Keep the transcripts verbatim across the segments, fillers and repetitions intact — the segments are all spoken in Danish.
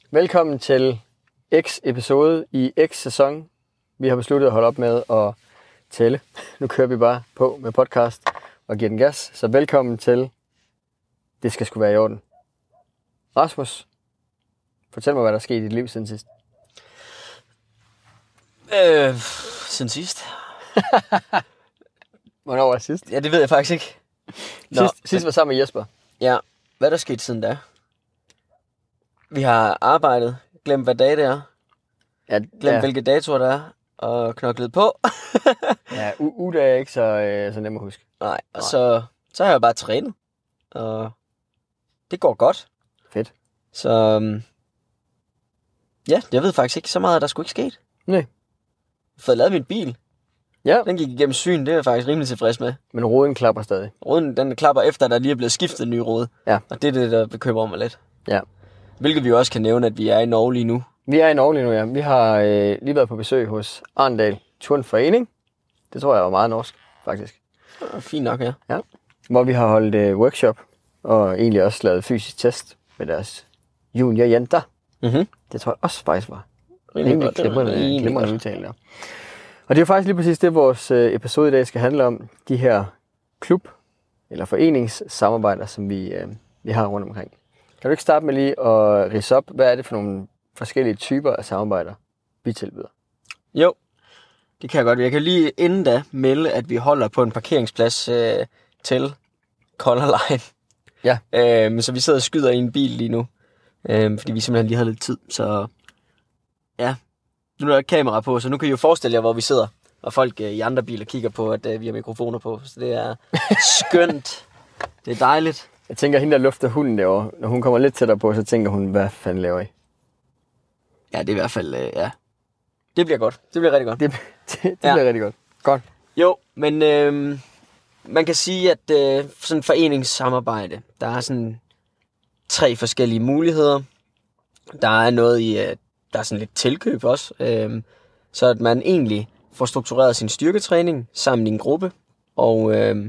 Velkommen til X episode i X sæson. Vi har besluttet at holde op med at tælle. Nu kører vi bare på med podcast og giver den gas. Så velkommen til Det skal sgu være i orden. Rasmus, fortæl mig, hvad der er sket i dit liv siden sidst. Øh, siden sidst? Hvornår var sidst? Ja, det ved jeg faktisk ikke. Nå, sidst, sidst var sammen med Jesper. Ja, hvad der skete siden da? Vi har arbejdet, glemt hvad dag det er, Ja, glemt ja. hvilke datoer der er, og knoklet på. Ja, u- uge er ikke så, øh, så nemt at huske. Nej, og så, så har jeg bare trænet, og det går godt. Fedt. Så um, ja, jeg ved faktisk ikke så meget, der skulle ikke sket. Nej. Jeg har fået lavet min bil. Ja, Den gik igennem syn, det er jeg faktisk rimelig tilfreds med. men roden klapper stadig. Roden, den klapper efter, at der lige er blevet skiftet en ny rode. Ja. Og det er det, der bekymrer mig lidt. Ja. Hvilket vi også kan nævne, at vi er i Norge lige nu. Vi er i Norge lige nu, ja. Vi har øh, lige været på besøg hos Arendal Turnforening. Det tror jeg var meget norsk, faktisk. Fint nok, ja. Ja. Hvor vi har holdt øh, workshop, og egentlig også lavet fysisk test med deres juniorjenter. Mhm. Det tror jeg også faktisk var. Rimelig Rimelig godt, det var glimrende, rimelig glimrende godt. udtale der. Og det er jo faktisk lige præcis det, vores øh, episode i dag skal handle om. De her klub- eller foreningssamarbejder, som vi, øh, vi har rundt omkring. Kan du ikke starte med lige at ridse op, hvad er det for nogle forskellige typer af samarbejder, vi tilbyder? Jo, det kan jeg godt. Jeg kan lige inden da melde, at vi holder på en parkeringsplads øh, til Color Line. Ja. Øhm, så vi sidder og skyder i en bil lige nu, øhm, fordi vi simpelthen lige havde lidt tid. Så ja, nu er der et kamera på, så nu kan I jo forestille jer, hvor vi sidder. Og folk øh, i andre biler kigger på, at øh, vi har mikrofoner på. Så det er skønt. Det er dejligt. Jeg tænker, at hende der lufter hunden derovre, når hun kommer lidt tættere på, så tænker hun, hvad fanden laver I? Ja, det er i hvert fald, øh, ja. Det bliver godt. Det bliver rigtig godt. Det, det, det Ja. bliver rigtig godt. Godt. Jo, men øh, man kan sige, at øh, sådan foreningssamarbejde, der er sådan tre forskellige muligheder. Der er noget i, øh, der er sådan lidt tilkøb også, øh, så at man egentlig får struktureret sin styrketræning sammen i en gruppe, og øh,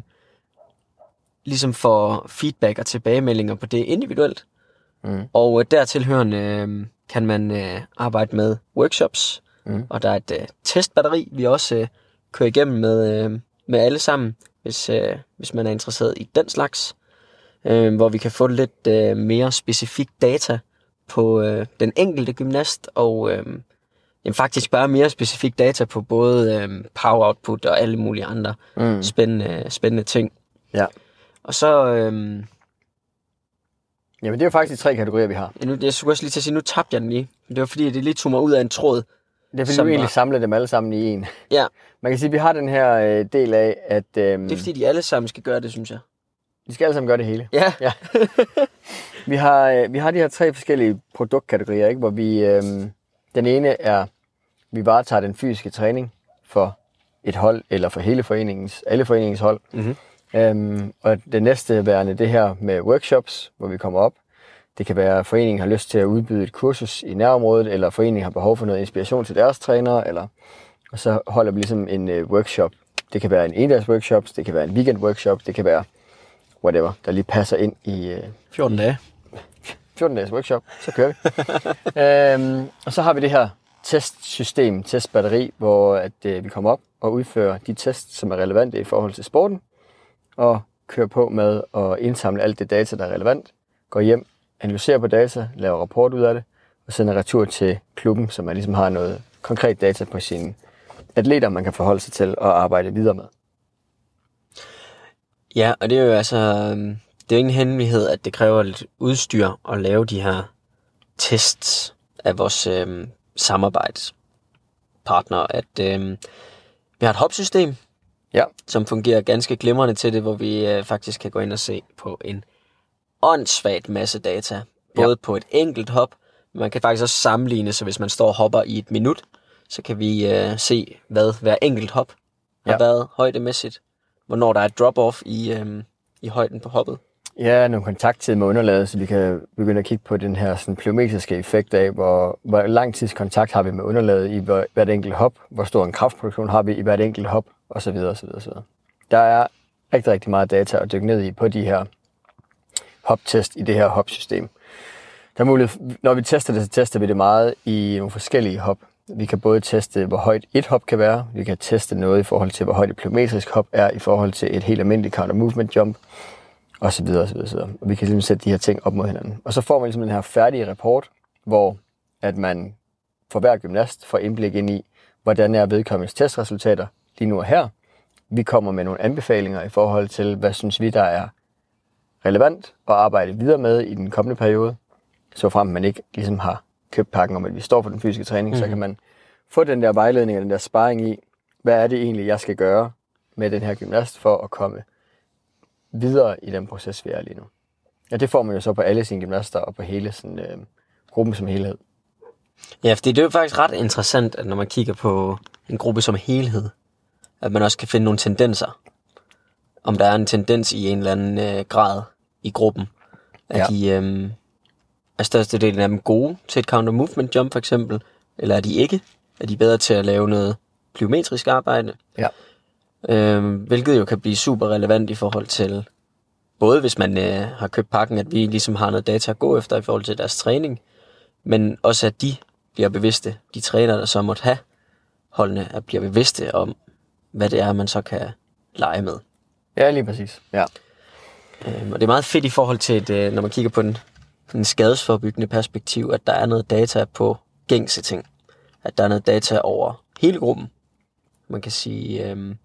ligesom får feedback og tilbagemeldinger på det individuelt. Mm. Og øh, dertilhørende øh, kan man øh, arbejde med workshops, Mm. og der er et øh, testbatteri, vi også øh, kører igennem med, øh, med alle sammen, hvis, øh, hvis man er interesseret i den slags, øh, hvor vi kan få lidt øh, mere specifik data på øh, den enkelte gymnast, og øh, jamen, faktisk bare mere specifik data på både øh, power output og alle mulige andre Mm. spændende, spændende ting. Ja. Og så, øh, Jamen, det er jo faktisk de tre kategorier, vi har. nu, jeg skulle også lige til at sige, nu tabte jeg den lige. Det var fordi, det lige tog mig ud af en tråd. Det er fordi, Som vi egentlig var- samler dem alle sammen i en. Ja, Man kan sige, at vi har den her øh, del af, at øh, det er fordi, de alle sammen skal gøre det, synes jeg. vi skal alle sammen gøre det hele. Ja, Ja. Vi har, øh, vi har de her tre forskellige produktkategorier, ikke? Hvor vi, øh, den ene er, vi bare tager den fysiske træning for et hold, eller for hele foreningens, alle foreningens hold. Mhm. Øhm, og det næste værende det her med workshops, hvor vi kommer op. Det kan være, at foreningen har lyst til at udbyde et kursus i nærområdet, eller foreningen har behov for noget inspiration til deres trænere, eller, og så holder vi ligesom en øh, workshop. Det kan være en endags workshops, det kan være en weekend workshop, det kan være whatever, der lige passer ind i øh, fjorten dage. fjorten dages workshop, så kører vi. øhm, og så har vi det her testsystem, testbatteri, hvor at, øh, vi kommer op og udfører de tests, som er relevante i forhold til sporten, og kører på med at indsamle alt det data, der er relevant, går hjem, analyserer på data, laver rapport ud af det, og sender retur til klubben, så man ligesom har noget konkret data på sine atleter, man kan forholde sig til og arbejde videre med. Ja, og det er jo altså, øhm, det er jo ingen hemmelighed, at det kræver lidt udstyr at lave de her tests af vores øhm, samarbejdspartnere. At øhm, vi har et hop-system, Ja. som fungerer ganske glimrende til det, hvor vi øh, faktisk kan gå ind og se på en åndssvagt masse data. Både Ja. på et enkelt hop, men man kan faktisk også sammenligne, så hvis man står og hopper i et minut, så kan vi øh, se, hvad hver enkelt hop har Ja. været højdemæssigt. Hvornår der er et drop-off i, øh, i højden på hoppet. Ja, nogle kontakttid med underlaget, så vi kan begynde at kigge på den her sådan, plyometriske effekt af, hvor, hvor lang tids kontakt har vi med underlaget i hver, hvert enkelt hop, hvor stor en kraftproduktion har vi i hvert enkelt hop, osv. osv., osv. Der er rigtig, rigtig meget data at dykke ned i på de her hoptest i det her hopsystem. Der er mulighed, når vi tester det, så tester vi det meget i nogle forskellige hop. Vi kan både teste, hvor højt et hop kan være. Vi kan teste noget i forhold til, hvor højt et plyometrisk hop er i forhold til et helt almindeligt counter movement jump. Og så videre, og så videre, så videre. Og vi kan ligesom sætte de her ting op mod hinanden. Og så får man ligesom den her færdige rapport, hvor at man for hver gymnast får indblik ind i, hvordan er vedkommendes testresultater lige nu og her. Vi kommer med nogle anbefalinger i forhold til, hvad synes vi, der er relevant at arbejde videre med i den kommende periode. Så frem man ikke ligesom har købt pakken om, at vi står for den fysiske træning, mm. så kan man få den der vejledning og den der sparring i, hvad er det egentlig, jeg skal gøre med den her gymnast for at komme videre i den proces, vi er lige nu. Ja, det får man jo så på alle sine gymnaster og på hele sådan, øh, gruppen som helhed. Ja, fordi det er jo faktisk ret interessant, at når man kigger på en gruppe som helhed, at man også kan finde nogle tendenser. Om der er en tendens i en eller anden øh, grad i gruppen. At ja. de øh, er størstedelen af dem gode til et counter movement jump for eksempel, eller er de ikke? Er de bedre til at lave noget plyometrisk arbejde? Ja. Øh, hvilket jo kan blive super relevant i forhold til, både hvis man øh, har købt pakken, at vi ligesom har noget data at gå efter i forhold til deres træning, men også at de bliver bevidste, de trænere, der så måtte have holdene, at bliver bevidste om, hvad det er, man så kan lege med. Ja, lige præcis. Ja. Øhm, og det er meget fedt i forhold til, et, øh, når man kigger på en, en skadesforbyggende perspektiv, at der er noget data på gængse ting. At der er noget data over hele gruppen. Man kan sige, øhm,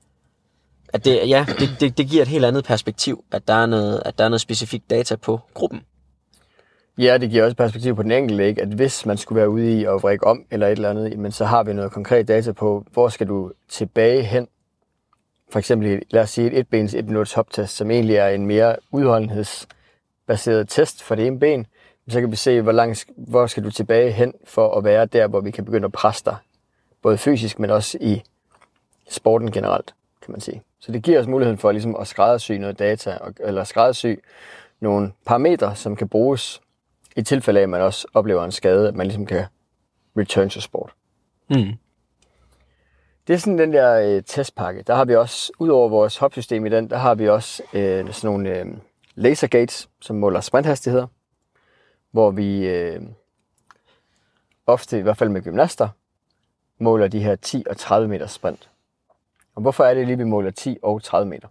at det, ja, det, det, det giver et helt andet perspektiv, at der er noget, at der er noget specifikt data på gruppen. Ja, det giver også perspektiv på den enkelte, ikke? At hvis man skulle være ude i at vrikke om eller et eller andet, men så har vi noget konkret data på, hvor skal du tilbage hen. For eksempel, lad os sige et etbens et minuts hoptest, som egentlig er en mere udholdenhedsbaseret test for det ene ben. Så kan vi se, hvor langt, hvor skal du tilbage hen for at være der, hvor vi kan begynde at presse dig. Både fysisk, men også i sporten generelt, kan man sige. Så det giver os muligheden for ligesom at skræddersy noget data, eller skræddersy nogle parametre, som kan bruges i tilfælde af, at man også oplever en skade, at man ligesom kan return to sport. Mm. Det er sådan den der øh, testpakke. Der har vi også, ud over vores hopsystem i den, der har vi også øh, sådan nogle øh, laser gates, som måler sprinthastigheder, hvor vi øh, ofte, i hvert fald med gymnaster, måler de her ti og tredive meter sprint. Og hvorfor er det lige, vi måler ti og tredive meter?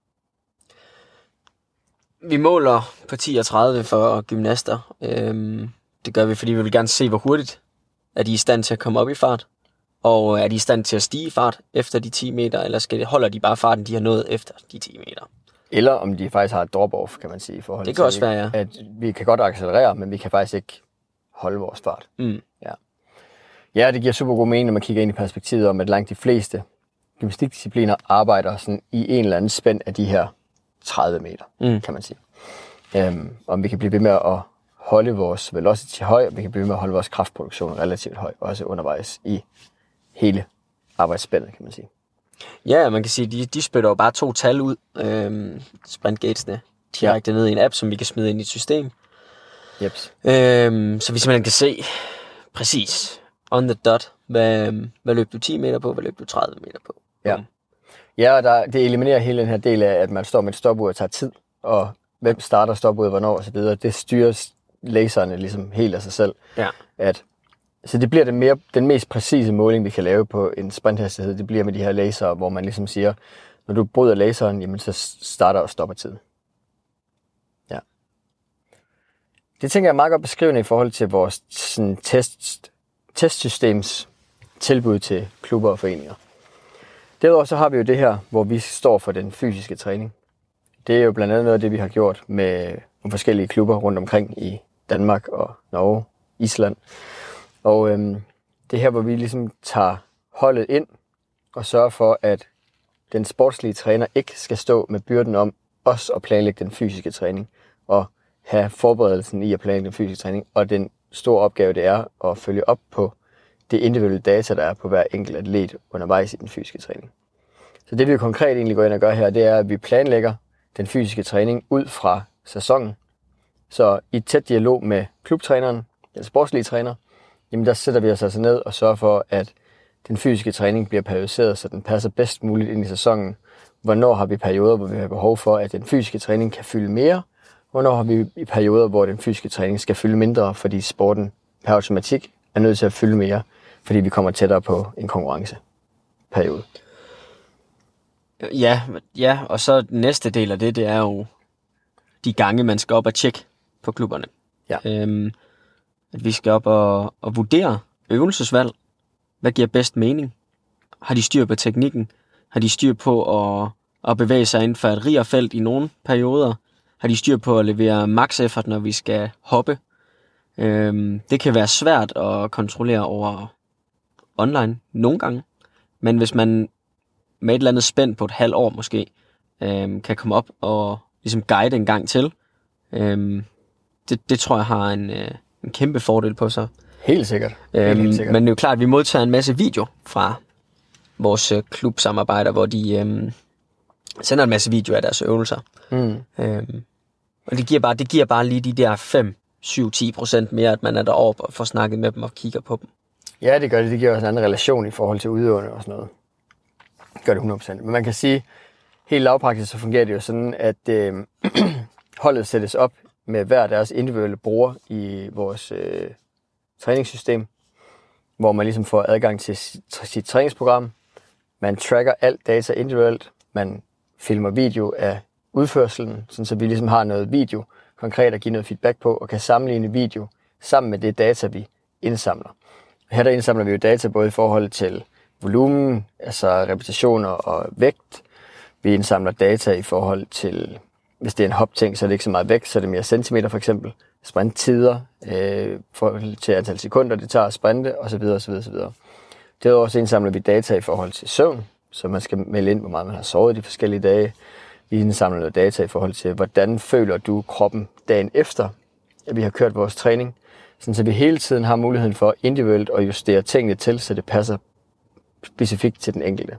Vi måler på ti og tredive for gymnaster. Øhm, det gør vi, fordi vi vil gerne se, hvor hurtigt er de i stand til at komme op i fart. Og er de i stand til at stige i fart efter de ti meter, eller skal det, holder de bare farten, de har nået efter de ti meter? Eller om de faktisk har et drop-off, kan man sige. I forhold det kan til, også være, ja. At vi kan godt accelerere, men vi kan faktisk ikke holde vores fart. Mm. Ja. ja, det giver super god mening, når man kigger ind i perspektivet om, at langt de fleste gymnastikdiscipliner arbejder sådan i en eller anden spænd af de her tredive meter, mm. kan man sige. Um, om vi kan blive ved med at holde vores velocity høj, og vi kan blive ved med at holde vores kraftproduktion relativt høj, også undervejs i hele arbejdsspændet, kan man sige. Ja, man kan sige, de, de spytter jo bare to tal ud, øhm, sprintgatesene, direkte ja. ned i en app, som vi kan smide ind i et system. Jeps. Øhm, så vi simpelthen kan se præcis, on the dot, hvad, hvad løb du ti meter på, hvad løb du tredive meter på. Ja, ja og der, det eliminerer hele den her del af, at man står med et stopur og tager tid, og hvem starter stopuret, hvornår osv. Det styres laserne ligesom helt af sig selv. Ja. At, så det bliver den, mere, den mest præcise måling, vi kan lave på en sprinthastighed. Det bliver med de her laser, hvor man ligesom siger, når du bryder laseren, jamen så starter og stopper tiden. Ja. Det tænker jeg er meget godt beskrivende i forhold til vores sådan, test, testsystems tilbud til klubber og foreninger. Derudover så har vi jo det her, hvor vi står for den fysiske træning. Det er jo blandt andet noget af det, vi har gjort med nogle forskellige klubber rundt omkring i Danmark og Norge, Island. Og øhm, det er her, hvor vi ligesom tager holdet ind og sørger for, at den sportslige træner ikke skal stå med byrden om os at planlægge den fysiske træning og have forberedelsen i at planlægge den fysiske træning. Og den store opgave, det er at følge op på det individuelle data, der er på hver enkelt atlet undervejs i den fysiske træning. Så det vi konkret egentlig går ind og gør her, det er, at vi planlægger den fysiske træning ud fra sæsonen. Så i tæt dialog med klubtræneren, den sportslige træner, jamen der sætter vi os altså ned og sørger for, at den fysiske træning bliver periodiseret, så den passer bedst muligt ind i sæsonen. Hvornår har vi perioder, hvor vi har behov for, at den fysiske træning kan fylde mere, Hvornår har vi i perioder, hvor den fysiske træning skal fylde mindre, fordi sporten per automatik er nødt til at fylde mere, fordi vi kommer tættere på en konkurrenceperiode. Ja, ja, og så næste del af det, det er jo de gange, man skal op og tjekke på klubberne. Ja. Øhm, at vi skal op og, og vurdere øvelsesvalg. Hvad giver bedst mening? Har de styr på teknikken? Har de styr på at, at bevæge sig inden for et rigere felt i nogle perioder? Har de styr på at levere max effort, når vi skal hoppe? Øhm, det kan være svært at kontrollere over online nogle gange. Men hvis man med et eller andet spænd på et halvt år måske, øhm, kan komme op og ligesom guide en gang til, øhm, det, det tror jeg har en, øh, en kæmpe fordel på sig. Helt sikkert. Helt, Øhm, helt sikkert. Men det er jo klart, at vi modtager en masse video fra vores øh, klubsamarbejder, hvor de øhm, sender en masse videoer af deres øvelser. Mm. Øhm, og det giver, bare, det giver bare lige de der fem, syv, ti procent mere, at man er deroppe og får snakket med dem og kigger på dem. Ja, det gør det. Det giver også en anden relation i forhold til udøverne og sådan noget. Det gør det hundrede procent. Men man kan sige, helt lavpraktisk så fungerer det jo sådan, at øh, holdet sættes op med hver deres individuelle bruger i vores øh, træningssystem, hvor man ligesom får adgang til sit, sit træningsprogram. Man tracker alt data individuelt. Man filmer video af udførselen, sådan så vi ligesom har noget video konkret at give noget feedback på, og kan sammenligne video sammen med det data, vi indsamler. Her der indsamler vi jo data både i forhold til volumen, altså repetitioner og vægt. Vi indsamler data i forhold til, hvis det er en hopting, så er det ikke så meget vægt, så er det mere centimeter for eksempel. Sprinttider, øh, forhold til antal sekunder, det tager at sprinte, osv. osv., osv. Derudover så indsamler vi data i forhold til søvn, så man skal melde ind, hvor meget man har sovet de forskellige dage. Vi indsamler noget data i forhold til, hvordan føler du kroppen dagen efter, at vi har kørt vores træning. Sådan så vi hele tiden har muligheden for individuelt at justere tingene til, så det passer specifikt til den enkelte.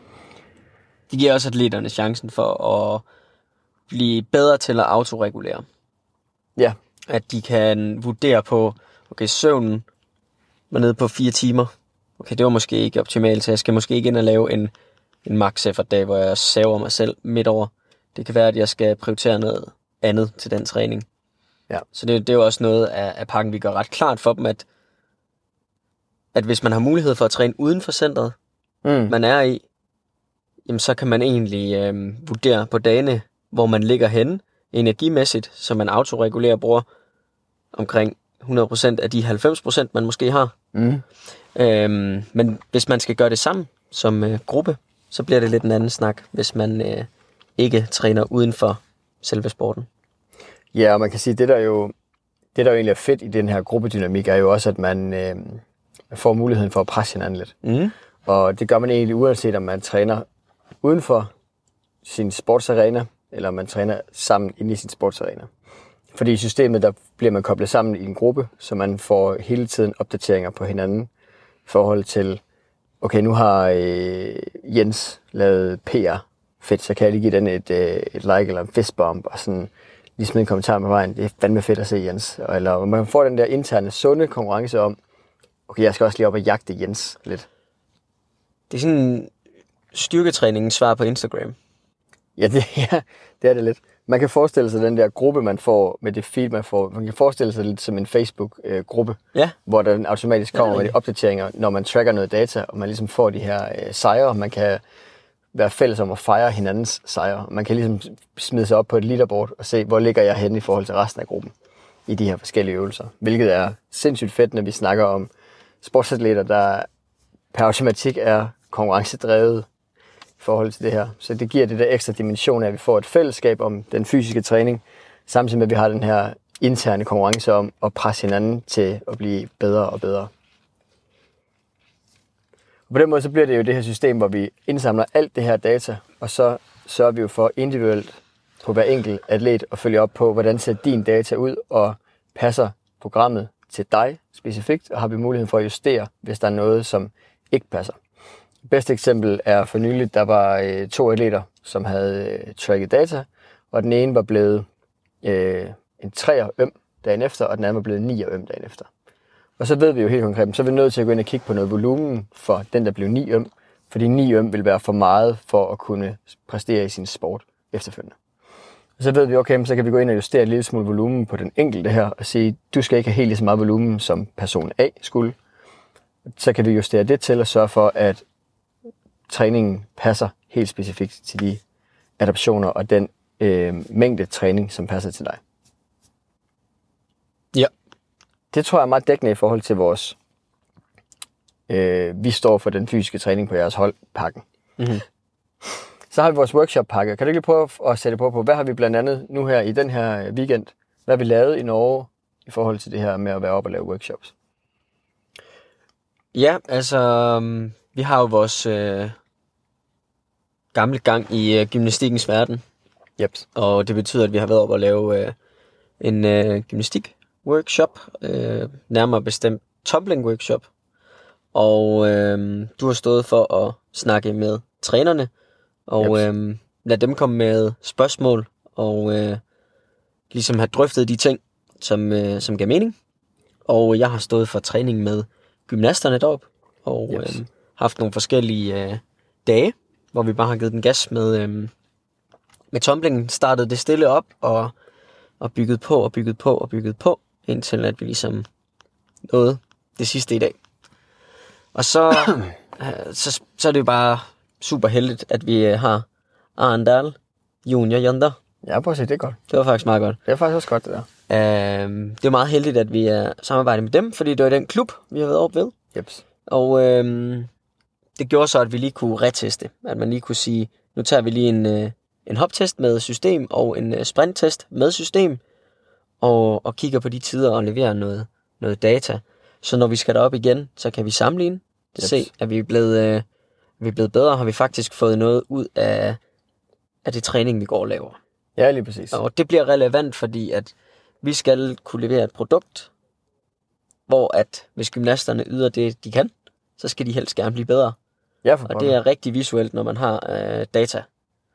Det giver også atleterne chancen for at blive bedre til at autoregulere. Ja. At de kan vurdere på, okay, søvnen var nede på fire timer. Okay, det var måske ikke optimalt, så jeg skal måske ikke ind og lave en, en max effort dag, hvor jeg saver mig selv midt over. Det kan være, at jeg skal prioritere noget andet til den træning. Ja. Så det, det er jo også noget af, af pakken, vi gør ret klart for dem, at, at hvis man har mulighed for at træne uden for centret, mm. man er i, jamen så kan man egentlig øh, vurdere på dagene, hvor man ligger henne energimæssigt, så man autoregulerer og bruger omkring hundrede procent af de halvfems procent, man måske har. Mm. Øhm, men hvis man skal gøre det sammen som øh, gruppe, så bliver det lidt en anden snak, hvis man øh, ikke træner uden for selve sporten. Ja, og man kan sige, det der jo, det der jo egentlig er fedt i den her gruppedynamik, er jo også, at man øh, får muligheden for at presse hinanden lidt. Mm. Og det gør man egentlig uanset, om man træner uden for sin sportsarena, eller man træner sammen inde i sin sportsarena. Fordi i systemet, der bliver man koblet sammen i en gruppe, så man får hele tiden opdateringer på hinanden i forhold til, okay, nu har øh, Jens lavet P R. Fedt, så kan jeg lige give den et, øh, et like eller en fistbump, og sådan lige smide en kommentar med vejen. Det er fandme fedt at se Jens. Eller man får den der interne, sunde konkurrence om, okay, jeg skal også lige op og jagte Jens lidt. Det er sådan styrketræningens svar på Instagram. Ja, det, ja, det er det lidt. Man kan forestille sig den der gruppe, man får med det feed, man får. Man kan forestille sig lidt som en Facebook-gruppe, ja. Hvor den automatisk kommer med de opdateringer, når man tracker noget data, og man ligesom får de her øh, sejre. Man kan være fælles om at fejre hinandens sejre. Man kan ligesom smide sig op på et leaderboard og se, hvor ligger jeg henne i forhold til resten af gruppen i de her forskellige øvelser. Hvilket er sindssygt fedt, når vi snakker om sportsatleter, der per automatik er konkurrencedrevet i forhold til det her. Så det giver det der ekstra dimension af, at vi får et fællesskab om den fysiske træning, samtidig med, at vi har den her interne konkurrence om at presse hinanden til at blive bedre og bedre. Og på den måde så bliver det jo det her system, hvor vi indsamler alt det her data, og så sørger vi jo for individuelt på hver enkelt atlet at følge op på, hvordan ser din data ud, og passer programmet til dig specifikt, og har vi muligheden for at justere, hvis der er noget, som ikke passer. Det bedste eksempel er for nyligt, der var øh, to atleter, som havde øh, tracket data, og den ene var blevet øh, en treer øm dagen efter, og den anden var blevet nier øm dagen efter. Og så ved vi jo helt konkret, så er vi nødt til at gå ind og kigge på noget volumen for den, der blev ni øm, fordi ni øm vil være for meget for at kunne præstere i sin sport efterfølgende. Og så ved vi, okay, så kan vi gå ind og justere et lille smule volumen på den enkelte her, og sige, du skal ikke have helt lige så meget volumen, som person A skulle. Så kan vi justere det til at sørge for, at træningen passer helt specifikt til de adaptioner og den øh, mængde træning, som passer til dig. Ja. Det tror jeg er meget dækkende i forhold til vores, øh, vi står for den fysiske træning på jeres hold pakken. Mm-hmm. Så har vi vores workshop-pakke. Kan du ikke lige prøve at sætte på på, hvad har vi blandt andet nu her i den her weekend? Hvad har vi lavet i Norge i forhold til det her med at være op og lave workshops? Ja, altså, um, vi har jo vores øh, gamle gang i øh, gymnastikkens verden. Yep. Og det betyder, at vi har været op og lave øh, en øh, gymnastik-workshop, øh, nærmere bestemt tumbling-workshop. Og øh, du har stået for at snakke med trænerne, og Yep. øh, lad dem komme med spørgsmål, og øh, ligesom have drøftet de ting, som, øh, som gav mening. Og jeg har stået for træning med gymnasterne deroppe, og Yes. øh, haft nogle forskellige øh, dage, hvor vi bare har givet den gas med, øh, med tumblingen. Startede det stille op, og, og bygget på, og bygget på, og bygget på, indtil at vi ligesom nåede det sidste i dag. Og så, øh, så, så er det jo bare super heldigt, at vi øh, har Arendal Junior Yonder. Ja, prøv at se, det er godt. Det var faktisk meget godt. Det er faktisk også godt, det der. Øh, det er meget heldigt, at vi er samarbejdet med dem, fordi det var den klub, vi har været oppe ved. Jeps. Og øh, det gjorde så, at vi lige kunne reteste. At man lige kunne sige, nu tager vi lige en, øh, en hoptest med system og en øh, sprinttest med system. Og, og kigger på de tider og leverer noget, noget data. Så når vi skal derop igen, så kan vi sammenligne. Jeps. Se, at vi er blevet, øh, vi er blevet bedre. Har vi faktisk fået noget ud af, af det træning, vi går og laver. Ja, lige præcis. Og det bliver relevant, fordi at vi skal kunne levere et produkt, hvor at hvis gymnasterne yder det, de kan, så skal de helst gerne blive bedre. Ja, for Og det er rigtig visuelt, når man har øh, data.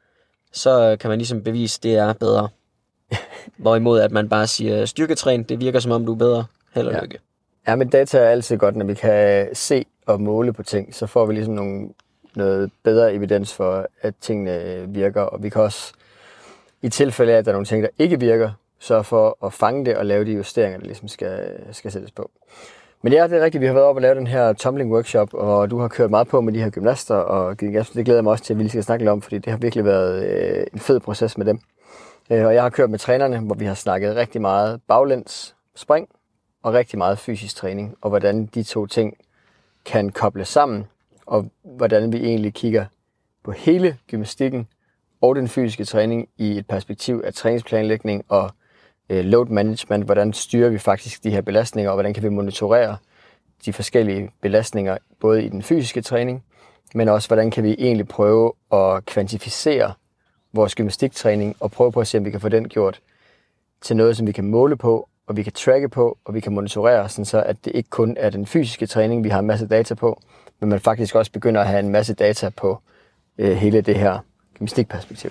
Så kan man ligesom bevise, at det er bedre. Hvorimod at man bare siger, styrketræn, det virker som om du er bedre. Held og Ja. lykke. Ja, men data er altid godt, når vi kan se og måle på ting. Så får vi ligesom nogle, noget bedre evidens for, at tingene virker. Og vi kan også, i tilfælde af, at der er nogle ting, der ikke virker, sørge for at fange det og lave de justeringer, der ligesom skal, skal sættes på. Men ja, det er rigtigt. Vi har været oppe og lavet den her tumbling workshop, og du har kørt meget på med de her gymnaster, og det glæder jeg mig også til, at vi lige skal snakke lidt om, fordi det har virkelig været øh, en fed proces med dem. Øh, og jeg har kørt med trænerne, hvor vi har snakket rigtig meget baglæns spring, og rigtig meget fysisk træning, og hvordan de to ting kan kobles sammen, og hvordan vi egentlig kigger på hele gymnastikken og den fysiske træning i et perspektiv af træningsplanlægning og øh, load management. Hvordan styrer vi faktisk de her belastninger, og hvordan kan vi monitorere de forskellige belastninger, både i den fysiske træning, men også hvordan kan vi egentlig prøve at kvantificere vores gymnastiktræning og prøve på at se, om vi kan få den gjort til noget, som vi kan måle på, og vi kan tracke på, og vi kan monitorere, sådan så at det ikke kun er den fysiske træning, vi har en masse data på, men man faktisk også begynder at have en masse data på øh, hele det her gymnastikperspektiv.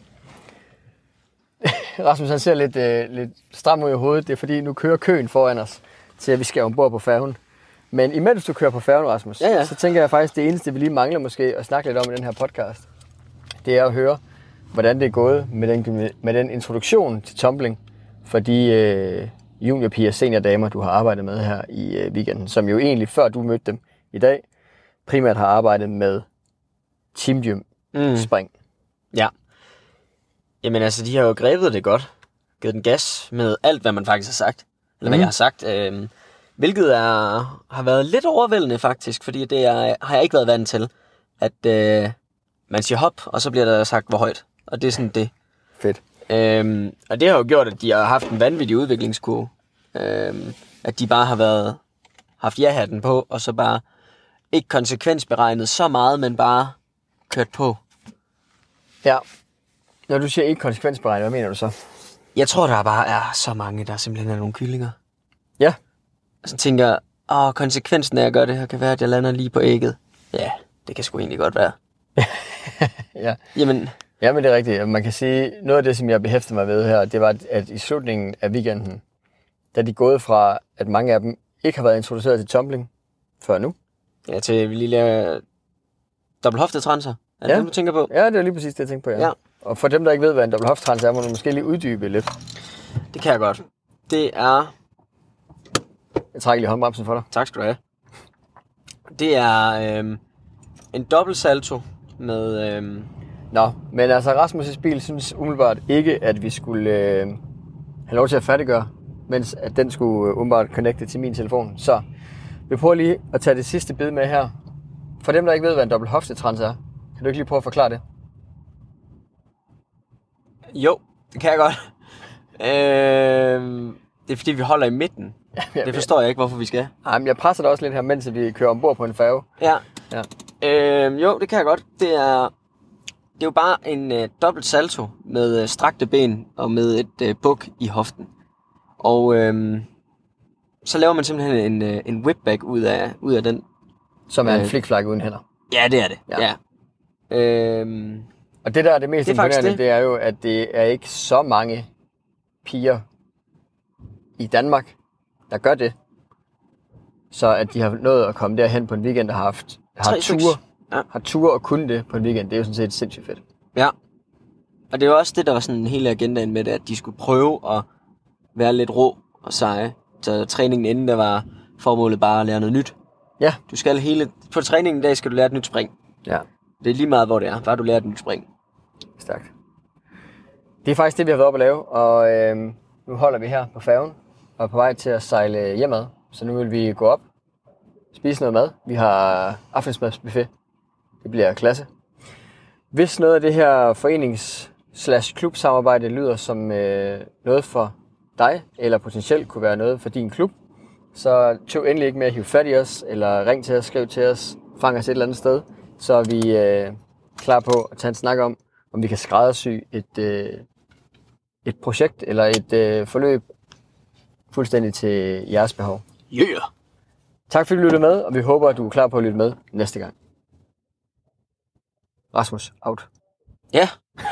Rasmus, han ser lidt, øh, lidt stram ud i hovedet. Det er fordi, nu kører køen foran os, til at vi skal ombord på færgen. Men imens du kører på færgen, Rasmus, Ja, ja. så tænker jeg faktisk, det eneste, vi lige mangler måske at snakke lidt om i den her podcast, det er at høre, hvordan det er gået med den, med den introduktion til tumbling for de øh, juniorpiger og seniordamer, du har arbejdet med her i øh, weekenden, som jo egentlig, før du mødte dem i dag, primært har arbejdet med team gym Mm. spring. Ja. Jamen altså, de har jo grebet det godt. Givet den gas med alt, hvad man faktisk har sagt. Eller hvad Mm. jeg har sagt. Øhm, hvilket er, har været lidt overvældende faktisk, fordi det er, har jeg ikke været vant til. At øh, man siger hop, og så bliver der sagt, hvor højt. Og det er sådan det. Fedt. Øhm, og det har jo gjort, at de har haft en vanvittig udviklingskurve. Øhm, at de bare har været haft ja-hatten på, og så bare ikke konsekvensberegnet så meget, men bare kørt på. Ja. Når du siger ikke konsekvensberegnet, hvad mener du så? Jeg tror, der bare er så mange, der simpelthen er nogle kyllinger. Ja. Og så tænker jeg, åh, konsekvensen af at gøre det her kan være, at jeg lander lige på ægget. Ja, det kan sgu egentlig godt være. Ja. Jamen, Ja, men det er rigtigt. Man kan sige, noget af det, som jeg behæftede mig ved her, det var, at i slutningen af weekenden, da de gået fra, at mange af dem ikke har været introduceret til tumbling før nu. ja, til vi lige laver dobbelt hoftetranser. Er det Ja. det, du tænker på? Ja, det var lige præcis det, jeg tænkte på, ja. Ja. Og for dem, der ikke ved, hvad en dobbelt hoftrans er, må du måske lige uddybe lidt. Det kan jeg godt. Det er... Jeg trækker lige håndbremsen for dig. Tak skal du have. Det er øh, en dobbelt salto med... Øh, Nå, men altså Rasmus' bil synes umiddelbart ikke, at vi skulle øh, have lov til at færdiggøre, mens at den skulle øh, umiddelbart connecte til min telefon. Så vi prøver lige at tage det sidste bid med her. For dem, der ikke ved, hvad en dobbelt hoftetrans er, kan du ikke lige prøve at forklare det? Jo, det kan jeg godt. øh, det er fordi, vi holder i midten. Ja, det forstår jeg ikke, hvorfor vi skal. Ej, men jeg presser dig også lidt her, mens vi kører ombord på en færge. Ja. ja. Øh, jo, det kan jeg godt. Det er, det er jo bare en øh, dobbelt salto med øh, strakte ben og med et øh, buk i hoften. Og øh, så laver man simpelthen en, øh, en whipback ud af, ud af den. Som er øh, en flikflak uden hænder. Ja, det er det. Ja. Ja. Øh, og det der er det mest det er imponerende, det. det er jo, at det er ikke så mange piger i Danmark, der gør det. Så at de har nået at komme derhen på en weekend, der har haft har ture, ja. har ture og kunne det på en weekend. Det er jo sådan set sindssygt fedt. Ja. Og det er jo også det, der var sådan hele agendaen med det, at de skulle prøve at være lidt rå og seje. Så træningen inden, der var formålet bare at lære noget nyt. Ja. Du skal hele... På træningen i dag skal du lære et nyt spring. Ja. Det er lige meget, hvor det er. Bare du lærer et nyt spring. Stærkt. Det er faktisk det, vi har været oppe at lave, og øh, nu holder vi her på færgen og er på vej til at sejle hjemad. Så nu vil vi gå op, spise noget mad. Vi har aftensmadsbuffet. Det bliver klasse. Hvis noget af det her forenings-slash-klub-samarbejde lyder som øh, noget for dig, eller potentielt kunne være noget for din klub, så tøv endelig ikke med at hive fat i os, eller ring til os, skriv til os, fang os et eller andet sted, så er vi øh, klar på at tage en snak om, om vi kan skræddersy et, øh, et projekt eller et øh, forløb fuldstændig til jeres behov. Yeah! Tak fordi du lyttede med, og vi håber, at du er klar på at lytte med næste gang. Rasmus, out. Ja.